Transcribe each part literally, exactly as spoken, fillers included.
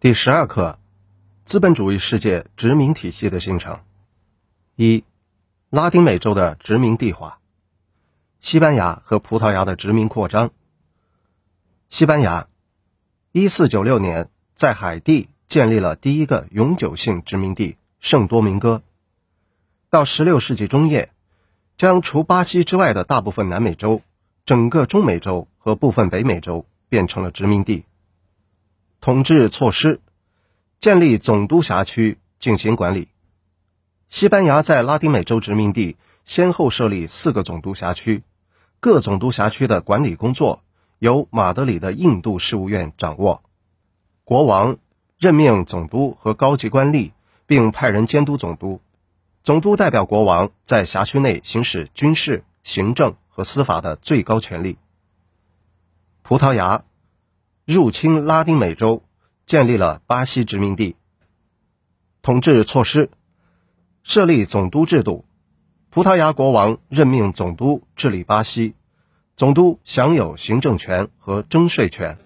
第十二课：资本主义世界殖民体系的形成。一、拉丁美洲的殖民地化。西班牙和葡萄牙的殖民扩张。西班牙一四九六年在海地建立了第一个永久性殖民地圣多明哥。到十六世纪中叶，将除巴西之外的大部分南美洲、整个中美洲和部分北美洲变成了殖民地。统治措施：建立总督辖区进行管理。西班牙在拉丁美洲殖民地先后设立四个总督辖区，各总督辖区的管理工作由马德里的印度事务院掌握。国王任命总督和高级官吏，并派人监督总督。总督代表国王在辖区内行使军事、行政和司法的最高权力。葡萄牙入侵拉丁美洲，建立了巴西殖民地。统治措施：设立总督制度，葡萄牙国王任命总督治理巴西，总督享有行政权和征税权。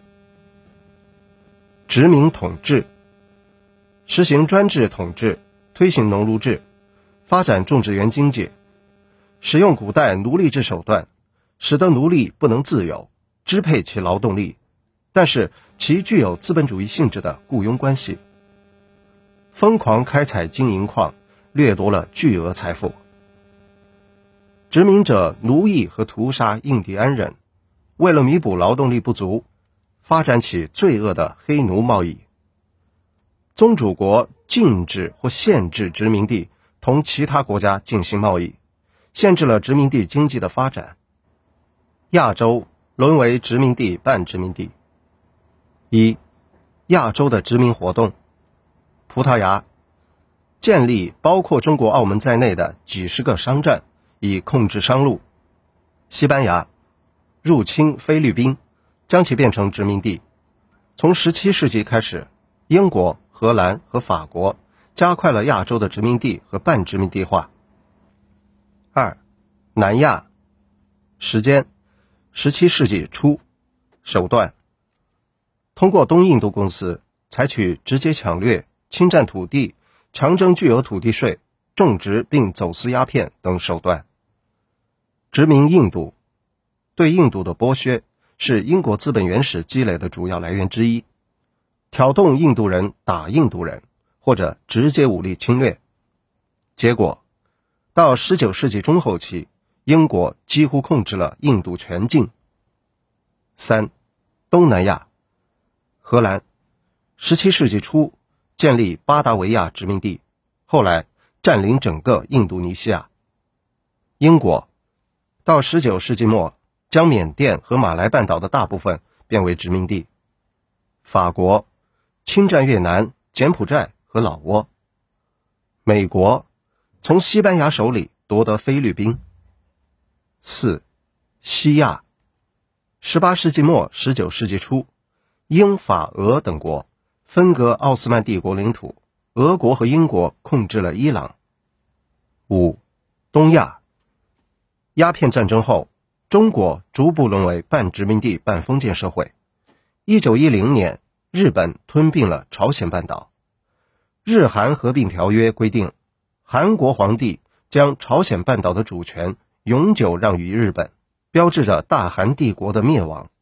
殖民统治：实行专制统治，推行农奴制，发展种植园经济，使用古代奴隶制手段，使得奴隶不能自由支配其劳动力，但是其具有资本主义性质的雇佣关系。疯狂开采金银矿，掠夺了巨额财富。殖民者奴役和屠杀印第安人，为了弥补劳动力不足，发展起罪恶的黑奴贸易。宗主国禁止或限制殖民地同其他国家进行贸易，限制了殖民地经济的发展。亚洲沦为殖民地半殖民地。一、亚洲的殖民活动。葡萄牙建立包括中国澳门在内的几十个商站，以控制商路。西班牙入侵菲律宾，将其变成殖民地。从十七世纪开始，英国、荷兰和法国加快了亚洲的殖民地和半殖民地化。二、南亚。时间：十七世纪初。手段：通过东印度公司采取直接抢掠、侵占土地、强征巨额土地税、种植并走私鸦片等手段。殖民印度。对印度的剥削是英国资本原始积累的主要来源之一。挑动印度人打印度人，或者直接武力侵略。结果，到十九世纪中后期，英国几乎控制了印度全境。三、东南亚。荷兰十七世纪初建立巴达维亚殖民地，后来占领整个印度尼西亚。英国到十九世纪末将缅甸和马来半岛的大部分变为殖民地。法国侵占越南、柬埔寨和老挝。美国从西班牙手里夺得菲律宾。四、西亚。十八世纪末十九世纪初，英法俄等国分割奥斯曼帝国领土，俄国和英国控制了伊朗。五、东亚。鸦片战争后，中国逐步沦为半殖民地半封建社会。一九一零年，日本吞并了朝鲜半岛。日韩合并条约规定，韩国皇帝将朝鲜半岛的主权永久让与日本，标志着大韩帝国的灭亡。